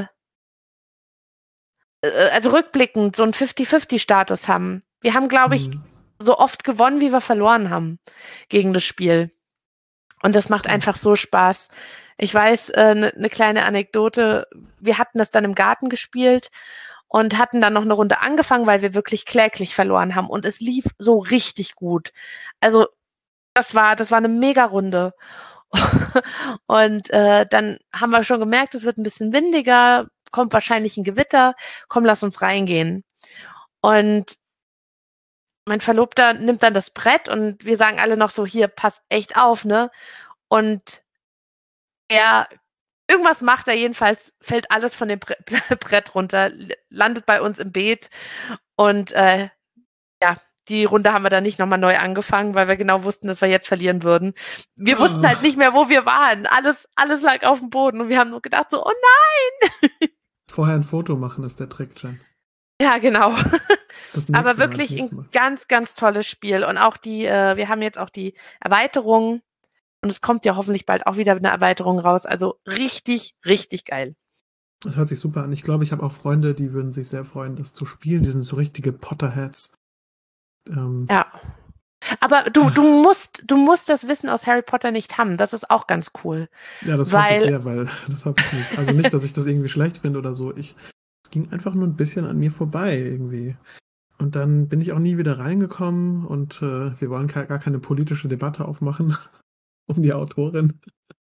also rückblickend so einen 50-50-Status haben. Wir haben, glaube ich, so oft gewonnen, wie wir verloren haben gegen das Spiel. Und das macht einfach so Spaß. Ich weiß, eine kleine Anekdote, wir hatten das dann im Garten gespielt und hatten dann noch eine Runde angefangen, weil wir wirklich kläglich verloren haben. Und es lief so richtig gut. Also das war eine Mega-Runde. Und dann haben wir schon gemerkt, es wird ein bisschen windiger, kommt wahrscheinlich ein Gewitter. Komm, lass uns reingehen. Und mein Verlobter nimmt dann das Brett und wir sagen alle noch so, hier, passt echt auf, ne? Und irgendwas macht er jedenfalls, fällt alles von dem Brett runter, landet bei uns im Beet und die Runde haben wir dann nicht nochmal neu angefangen, weil wir genau wussten, dass wir jetzt verlieren würden. Wir wussten halt nicht mehr, wo wir waren. Alles lag auf dem Boden und wir haben nur gedacht so, oh nein! Vorher ein Foto machen ist der Trick, Jen. Ja, genau. Aber Mal, wirklich ein ganz, ganz tolles Spiel. Und auch wir haben jetzt auch die Erweiterung und es kommt ja hoffentlich bald auch wieder eine Erweiterung raus. Also richtig, richtig geil. Das hört sich super an. Ich glaube, ich habe auch Freunde, die würden sich sehr freuen, das zu spielen. Die sind so richtige Potterheads. Ja. Aber du musst das Wissen aus Harry Potter nicht haben. Das ist auch ganz cool. Ja, das hoffe ich sehr, weil das habe ich nicht. Also nicht, dass ich das irgendwie schlecht finde oder so. Es ging einfach nur ein bisschen an mir vorbei irgendwie. Und dann bin ich auch nie wieder reingekommen und wir wollen gar keine politische Debatte aufmachen um die Autorin.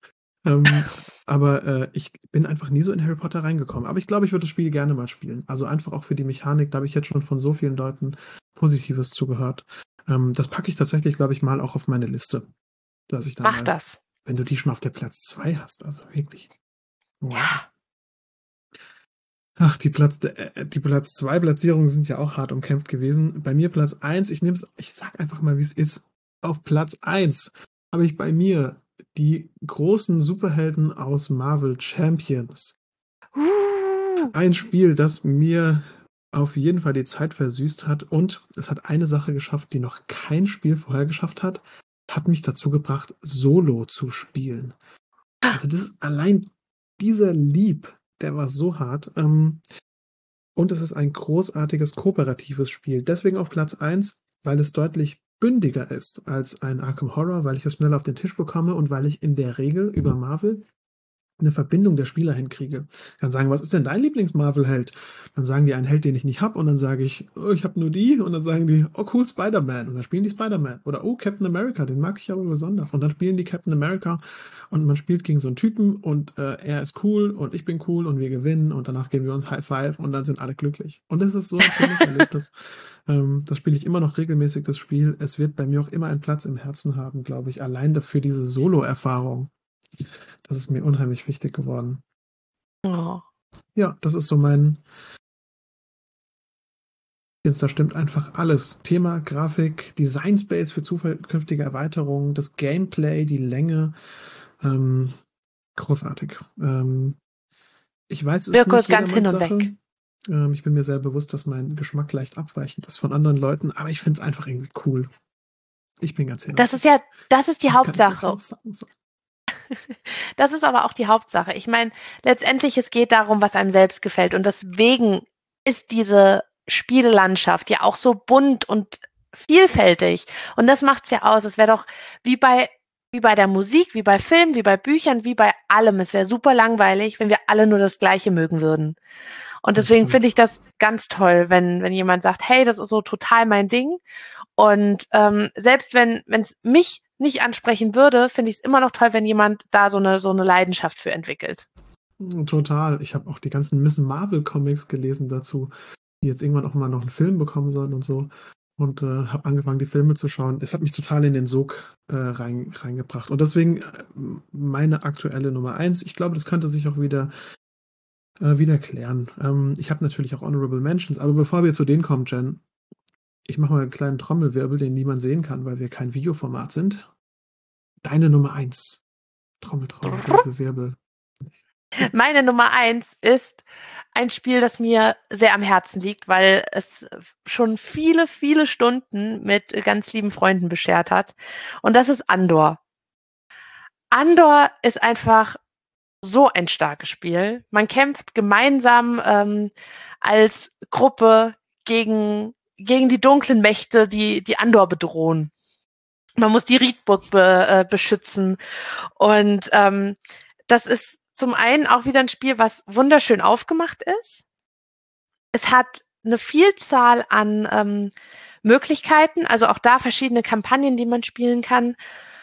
Aber ich bin einfach nie so in Harry Potter reingekommen. Aber ich glaube, ich würde das Spiel gerne mal spielen. Also einfach auch für die Mechanik, da habe ich jetzt schon von so vielen Leuten Positives zugehört. Das packe ich tatsächlich, glaube ich, mal auch auf meine Liste, dass ich da Mach mal, das. wenn du die schon auf der Platz 2 hast, also wirklich. Wow. Ja. Ach, die Platz 2 Platzierungen sind ja auch hart umkämpft gewesen. Bei mir Platz 1, ich sag einfach mal, wie es ist. Auf Platz 1 habe ich bei mir die großen Superhelden aus Marvel Champions. Ein Spiel, das mir auf jeden Fall die Zeit versüßt hat, und es hat eine Sache geschafft, die noch kein Spiel vorher geschafft hat mich dazu gebracht, Solo zu spielen. Also allein dieser Leap, der war so hart. Und es ist ein großartiges kooperatives Spiel. Deswegen auf Platz 1, weil es deutlich bündiger ist als ein Arkham Horror, weil ich es schnell auf den Tisch bekomme und weil ich in der Regel über Marvel eine Verbindung der Spieler hinkriege. Ich kann sagen, was ist denn dein Lieblings-Marvel-Held? Dann sagen die einen Held, den ich nicht habe, und dann sage ich, oh, ich habe nur die, und dann sagen die, oh cool, Spider-Man, und dann spielen die Spider-Man. Oder oh, Captain America, den mag ich aber besonders. Und dann spielen die Captain America und man spielt gegen so einen Typen und er ist cool und ich bin cool und wir gewinnen und danach geben wir uns High Five und dann sind alle glücklich. Und das ist so ein schönes Erlebnis. Das spiele ich immer noch regelmäßig, das Spiel. Es wird bei mir auch immer einen Platz im Herzen haben, glaube ich, allein dafür diese Solo-Erfahrung. Das ist mir unheimlich wichtig geworden. Oh. Ja, das ist so jetzt da stimmt einfach alles. Thema, Grafik, Design Space für zukünftige Erweiterungen, das Gameplay, die Länge. Großartig. Ich weiß, es ist Mirko nicht ist ganz hin jedermanns und Sache. weg. Ich bin mir sehr bewusst, dass mein Geschmack leicht abweichend ist von anderen Leuten, aber ich finde es einfach irgendwie cool. Ich bin ganz hin und weg. Das ist die Was kann ich dazu Hauptsache. noch sagen? So. Das ist aber auch die Hauptsache. Ich meine, letztendlich, es geht darum, was einem selbst gefällt. Und deswegen ist diese Spiellandschaft ja auch so bunt und vielfältig. Und das macht's ja aus. Es wäre doch wie bei der Musik, wie bei Filmen, wie bei Büchern, wie bei allem. Es wäre super langweilig, wenn wir alle nur das Gleiche mögen würden. Und Das deswegen finde stimmt. ich das ganz toll, wenn jemand sagt, hey, das ist so total mein Ding. Und selbst wenn es mich nicht ansprechen würde, finde ich es immer noch toll, wenn jemand da so eine Leidenschaft für entwickelt. Total. Ich habe auch die ganzen Miss Marvel Comics gelesen dazu, die jetzt irgendwann auch mal noch einen Film bekommen sollen und so. Und habe angefangen, die Filme zu schauen. Es hat mich total in den Sog reingebracht. Und deswegen meine aktuelle Nummer 1. Ich glaube, das könnte sich auch wieder klären. Ich habe natürlich auch Honorable Mentions, aber bevor wir zu denen kommen, Jen, ich mache mal einen kleinen Trommelwirbel, den niemand sehen kann, weil wir kein Videoformat sind. Deine Nummer 1. Trommel, Trommel, Wirbel, Wirbel. Meine Nummer 1 ist ein Spiel, das mir sehr am Herzen liegt, weil es schon viele, viele Stunden mit ganz lieben Freunden beschert hat. Und das ist Andor. Andor ist einfach so ein starkes Spiel. Man kämpft gemeinsam als Gruppe gegen die dunklen Mächte, die Andor bedrohen. Man muss die Riedburg beschützen. Und das ist zum einen auch wieder ein Spiel, was wunderschön aufgemacht ist. Es hat eine Vielzahl an Möglichkeiten, also auch da verschiedene Kampagnen, die man spielen kann.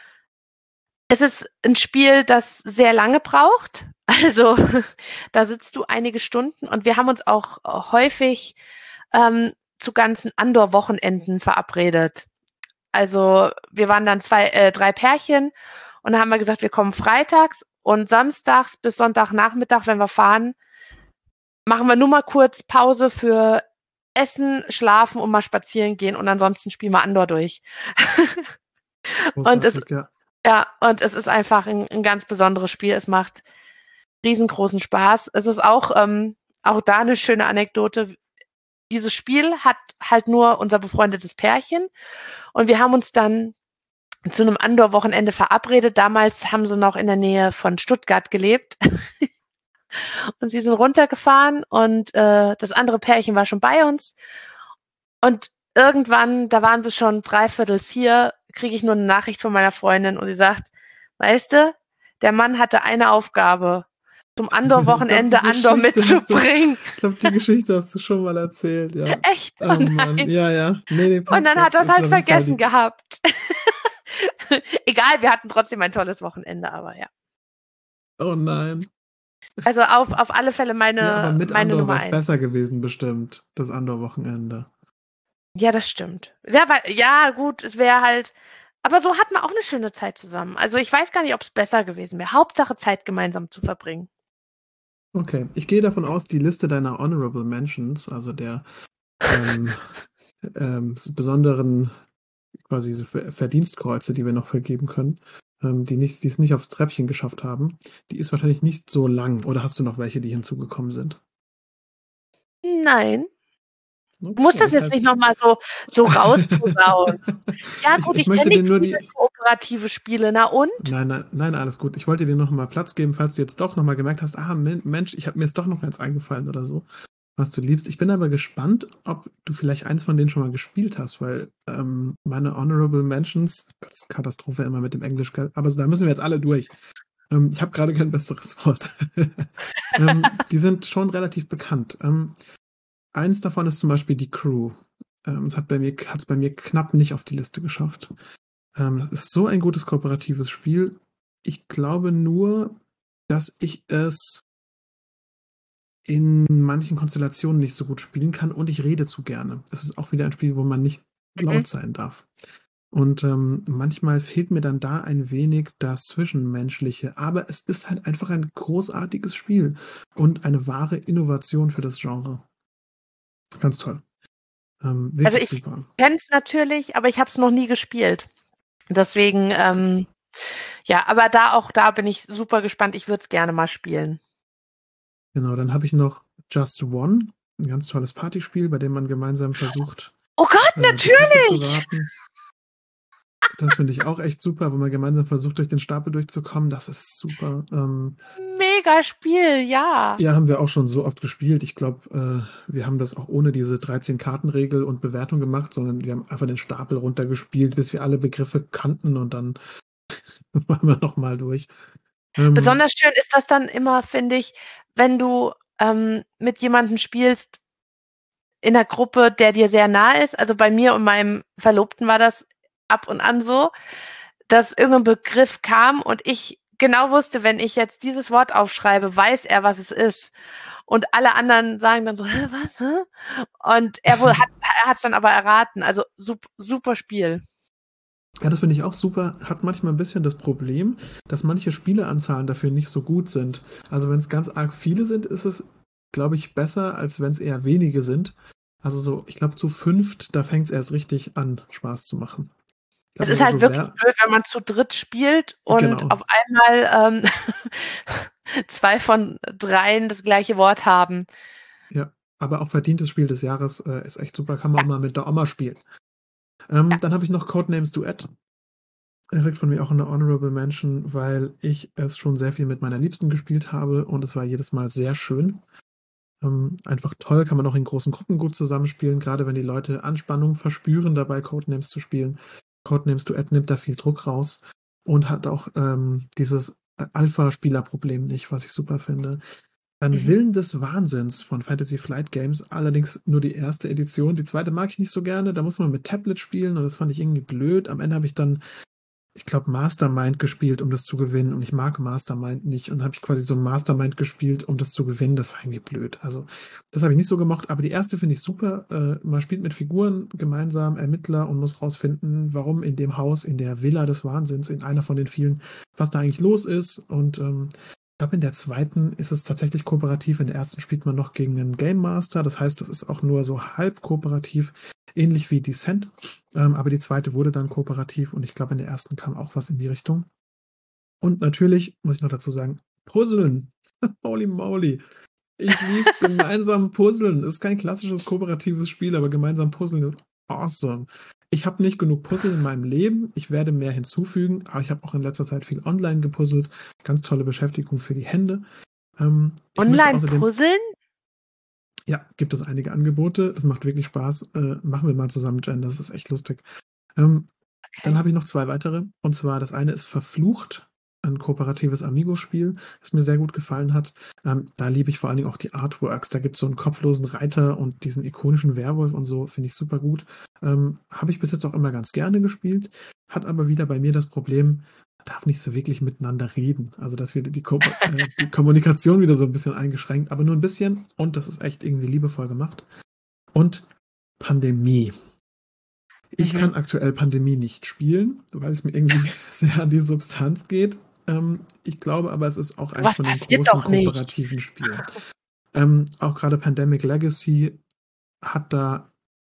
Es ist ein Spiel, das sehr lange braucht. Also da sitzt du einige Stunden und wir haben uns auch häufig zu ganzen Andor-Wochenenden verabredet. Also wir waren dann 3 Pärchen und dann haben wir gesagt, wir kommen freitags und samstags bis Sonntagnachmittag, wenn wir fahren, machen wir nur mal kurz Pause für Essen, Schlafen und mal spazieren gehen und ansonsten spielen wir Andor durch. und Großartig, ja. und es ist einfach ein ganz besonderes Spiel. Es macht riesengroßen Spaß. Es ist auch da eine schöne Anekdote. Dieses Spiel hat halt nur unser befreundetes Pärchen und wir haben uns dann zu einem Andor-Wochenende verabredet. Damals haben sie noch in der Nähe von Stuttgart gelebt. Und sie sind runtergefahren und das andere Pärchen war schon bei uns. Und irgendwann, da waren sie schon 3/4 hier, kriege ich nur eine Nachricht von meiner Freundin und sie sagt, weißt du, der Mann hatte eine Aufgabe, zum Andor-Wochenende Andor mitzubringen. Ich glaube, die Geschichte hast du schon mal erzählt, ja. Echt? Oh Mann, ja, ja. Nee, Und passt, dann hat er es ist halt auf jeden Fall vergessen gehabt. Egal, wir hatten trotzdem ein tolles Wochenende, aber ja. Oh nein. Also auf alle Fälle Ja, aber mit meine Andor Nummer wäre es 1. besser gewesen, bestimmt, das Andor-Wochenende. Ja, das stimmt. Ja, ja, gut, es wäre halt. Aber so hat man auch eine schöne Zeit zusammen. Also ich weiß gar nicht, ob es besser gewesen wäre. Hauptsache Zeit gemeinsam zu verbringen. Okay, ich gehe davon aus, die Liste deiner Honorable Mentions, also der ähm, besonderen quasi so Verdienstkreuze, die wir noch vergeben können, die es nicht aufs Treppchen geschafft haben, die ist wahrscheinlich nicht so lang. Oder hast du noch welche, die hinzugekommen sind? Nein, du musst Okay, das das jetzt nicht heißt, nochmal so rausposaunen. Ja, gut, ich ich kenne möchte dir nicht nur viele die. kooperative Spiele. Na und? Nein, nein, nein, alles gut. Ich wollte dir noch mal Platz geben, falls du jetzt doch noch mal gemerkt hast, Mensch, mir ist doch noch eins eingefallen oder so, was du liebst. Ich bin aber gespannt, ob du vielleicht eins von denen schon mal gespielt hast, weil meine Honorable Mentions, Gott, das ist Katastrophe immer mit dem Englisch, aber da müssen wir jetzt alle durch. Ich habe gerade kein besseres Wort. Die sind schon relativ bekannt. Eins davon ist zum Beispiel die Crew. Es hat es bei mir knapp nicht auf die Liste geschafft. Das ist so ein gutes kooperatives Spiel. Ich glaube nur, dass ich es in manchen Konstellationen nicht so gut spielen kann und ich rede zu gerne. Es ist auch wieder ein Spiel, wo man nicht Mhm. laut sein darf. Und manchmal fehlt mir dann da ein wenig das Zwischenmenschliche. Aber es ist halt einfach ein großartiges Spiel und eine wahre Innovation für das Genre. Ganz toll. Also Wirklich ich super. kenne es natürlich, aber ich habe es noch nie gespielt. Deswegen, ja, aber da bin ich super gespannt. Ich würde es gerne mal spielen. Genau, dann habe ich noch Just One, ein ganz tolles Partyspiel, bei dem man gemeinsam versucht, Oh Gott, Begriffe zu natürlich! raten. Das finde ich auch echt super, wo man gemeinsam versucht, durch den Stapel durchzukommen. Das ist super. Mega Spiel, ja. Ja, haben wir auch schon so oft gespielt. Ich glaube, wir haben das auch ohne diese 13-Karten-Regel und Bewertung gemacht, sondern wir haben einfach den Stapel runtergespielt, bis wir alle Begriffe kannten und dann waren wir nochmal durch. Besonders schön ist das dann immer, finde ich, wenn du mit jemandem spielst in einer Gruppe, der dir sehr nahe ist. Also bei mir und meinem Verlobten war das ab und an so, dass irgendein Begriff kam und ich genau wusste, wenn ich jetzt dieses Wort aufschreibe, weiß er, was es ist. Und alle anderen sagen dann so, hä, was? Hä? Und er hat es dann aber erraten. Also super Spiel. Ja, das finde ich auch super. Hat manchmal ein bisschen das Problem, dass manche Spieleranzahlen dafür nicht so gut sind. Also wenn es ganz arg viele sind, ist es, glaube ich, besser, als wenn es eher wenige sind. Also so, ich glaube, zu fünft, da fängt es erst richtig an, Spaß zu machen. Ich Es glaube ist aber halt so wirklich wer. blöd, wenn man zu dritt spielt und Genau, auf einmal 2 von 3 das gleiche Wort haben. ja. Aber auch verdientes Spiel des Jahres ist echt super. Kann man Ja, auch mal mit der Oma spielen. ja. Dann habe ich noch Codenames Duett. Er kriegt von mir auch eine Honorable Mention, weil ich es schon sehr viel mit meiner Liebsten gespielt habe und es war jedes Mal sehr schön. Einfach toll, kann man auch in großen Gruppen gut zusammenspielen, gerade wenn die Leute Anspannung verspüren, dabei Codenames zu spielen. Codenames Duett nimmt da viel Druck raus und hat auch dieses Alpha-Spieler-Problem nicht, was ich super finde. Dann Mhm. Willen des Wahnsinns von Fantasy Flight Games, allerdings nur die erste Edition. Die zweite mag ich nicht so gerne, da muss man mit Tablet spielen und das fand ich irgendwie blöd. Am Ende habe ich dann, ich glaube, Mastermind gespielt, um das zu gewinnen. Und ich mag Mastermind nicht. Und habe ich quasi so ein Mastermind gespielt, um das zu gewinnen. Das war irgendwie blöd. Also, das habe ich nicht so gemocht. Aber die erste finde ich super. Man spielt mit Figuren gemeinsam, Ermittler und muss rausfinden, warum in dem Haus, in der Villa des Wahnsinns, in einer von den vielen, was da eigentlich los ist. Und ich glaube, in der zweiten ist es tatsächlich kooperativ. In der ersten spielt man noch gegen einen Game Master. Das heißt, das ist auch nur so halb kooperativ, ähnlich wie Descent. Aber die zweite wurde dann kooperativ und ich glaube, in der ersten kam auch was in die Richtung. Und natürlich muss ich noch dazu sagen, Puzzeln. Holy moly. Ich liebe gemeinsam Puzzeln. Es ist kein klassisches kooperatives Spiel, aber gemeinsam Puzzeln ist awesome. Ich habe nicht genug Puzzle in meinem Leben. Ich werde mehr hinzufügen, aber ich habe auch in letzter Zeit viel online gepuzzelt. Ganz tolle Beschäftigung für die Hände. Ich möchte außerdem, Online-Puzzeln? ja, gibt es einige Angebote. Das macht wirklich Spaß. Machen wir mal zusammen, Jen. Das ist echt lustig. Ähm, Dann Okay. habe ich noch zwei weitere. Und zwar das eine ist Verflucht, ein kooperatives Amigo-Spiel, das mir sehr gut gefallen hat. Da liebe ich vor allen Dingen auch die Artworks. Da gibt es so einen kopflosen Reiter und diesen ikonischen Werwolf und so, finde ich super gut. Habe ich bis jetzt auch immer ganz gerne gespielt, hat aber wieder bei mir das Problem, man darf nicht so wirklich miteinander reden. Also, dass wir die Kommunikation wieder so ein bisschen eingeschränkt, aber nur ein bisschen. Und das ist echt irgendwie liebevoll gemacht. Und Pandemie. Ich kann aktuell Pandemie nicht spielen, weil es mir irgendwie sehr an die Substanz geht. Ich glaube aber, es ist auch eins Was von den passiert großen doch nicht. kooperativen Spielen. Auch gerade Pandemic Legacy hat da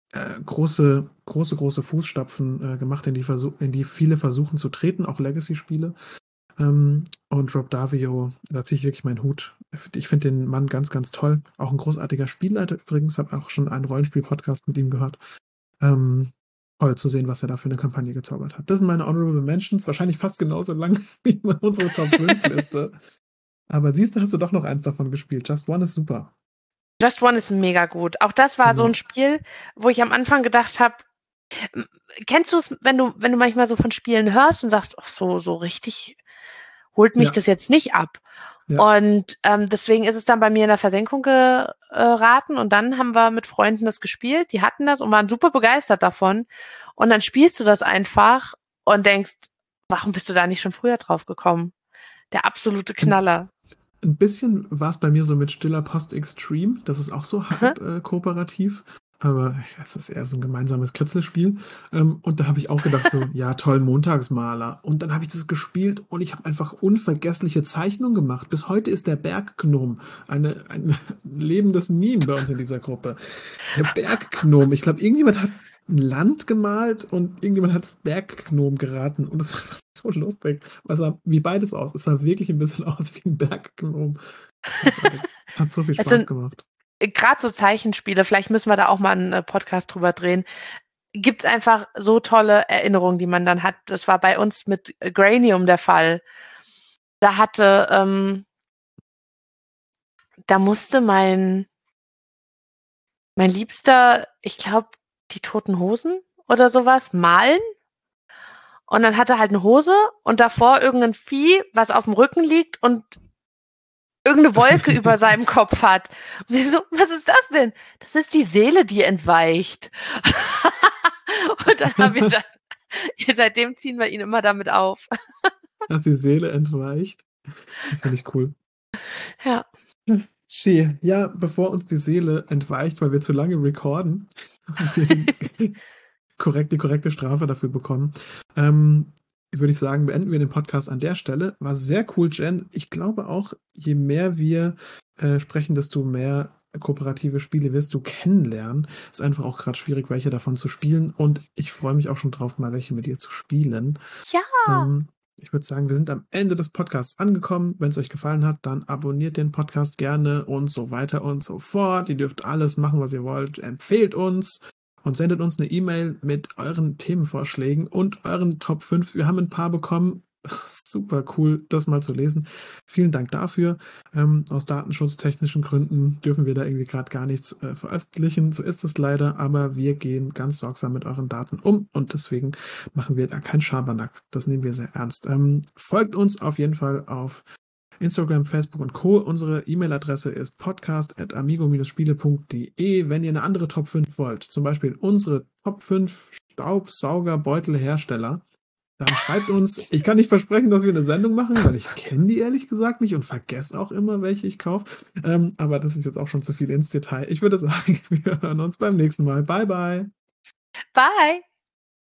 große Fußstapfen gemacht, in die viele versuchen zu treten, auch Legacy-Spiele. Und Rob Davio, da ziehe ich wirklich meinen Hut. Ich finde den Mann ganz, ganz toll. Auch ein großartiger Spielleiter übrigens, habe auch schon einen Rollenspiel-Podcast mit ihm gehört. Toll zu sehen, was er da für eine Kampagne gezaubert hat. Das sind meine Honorable Mentions, wahrscheinlich fast genauso lang wie unsere Top 5 Liste. Aber siehst du, hast du doch noch eins davon gespielt. Just One ist super. Just One ist mega gut. Auch das war so Genau. ein Spiel, wo ich am Anfang gedacht habe, kennst du es, wenn du manchmal so von Spielen hörst und sagst, ach so richtig holt mich Ja. das jetzt nicht ab. Ja. Und deswegen ist es dann bei mir in der Versenkung geraten und dann haben wir mit Freunden das gespielt, die hatten das und waren super begeistert davon. Und dann spielst du das einfach und denkst, warum bist du da nicht schon früher drauf gekommen? Der absolute Knaller. Ein bisschen war es bei mir so mit Stiller Post Extreme. Das ist auch so halb kooperativ. Aber es ist eher so ein gemeinsames Kritzelspiel. Und da habe ich auch gedacht, so, ja, toll, Montagsmaler. Und dann habe ich das gespielt und ich habe einfach unvergessliche Zeichnungen gemacht. Bis heute ist der Berggnom ein lebendes Meme bei uns in dieser Gruppe. Der Berggnom. Ich glaube, irgendjemand hat ein Land gemalt und irgendjemand hat das Berggnom geraten. Und das war so lustig. Es sah wie beides aus. Es sah wirklich ein bisschen aus wie ein Berggnom. Hat so viel Spaß gemacht. Gerade so Zeichenspiele, vielleicht müssen wir da auch mal einen Podcast drüber drehen, gibt es einfach so tolle Erinnerungen, die man dann hat. Das war bei uns mit Granium der Fall. Da musste mein Liebster, ich glaube, die Toten Hosen oder sowas malen. Und dann hat er halt eine Hose und davor irgendein Vieh, was auf dem Rücken liegt und irgendeine Wolke über seinem Kopf hat. Und wir so, was ist das denn? Das ist die Seele, die entweicht. Und dann haben wir seitdem ziehen wir ihn immer damit auf. Dass die Seele entweicht. Das finde ich cool. Ja. Schön. Ja, bevor uns die Seele entweicht, weil wir zu lange recorden und wir die korrekte Strafe dafür bekommen, würde ich sagen, beenden wir den Podcast an der Stelle. War sehr cool, Jen. Ich glaube auch, je mehr wir sprechen, desto mehr kooperative Spiele wirst du kennenlernen. Ist einfach auch gerade schwierig, welche davon zu spielen. Und ich freue mich auch schon drauf, mal welche mit dir zu spielen. Ja. Ich würde sagen, wir sind am Ende des Podcasts angekommen. Wenn es euch gefallen hat, dann abonniert den Podcast gerne und so weiter und so fort. Ihr dürft alles machen, was ihr wollt. Empfehlt uns und sendet uns eine E-Mail mit euren Themenvorschlägen und euren Top 5. Wir haben ein paar bekommen. Super cool, das mal zu lesen. Vielen Dank dafür. Aus datenschutztechnischen Gründen dürfen wir da irgendwie gerade gar nichts veröffentlichen. So ist es leider, aber wir gehen ganz sorgsam mit euren Daten um und deswegen machen wir da keinen Schabernack. Das nehmen wir sehr ernst. Folgt uns auf jeden Fall auf Instagram, Facebook und Co. Unsere E-Mail-Adresse ist podcast@amigo-spiele.de. Wenn ihr eine andere Top 5 wollt, zum Beispiel unsere Top 5 Staubsaugerbeutelhersteller, dann schreibt uns. Ich kann nicht versprechen, dass wir eine Sendung machen, weil ich kenne die ehrlich gesagt nicht und vergesse auch immer, welche ich kaufe. Aber das ist jetzt auch schon zu viel ins Detail. Ich würde sagen, wir hören uns beim nächsten Mal. Bye, bye. Bye.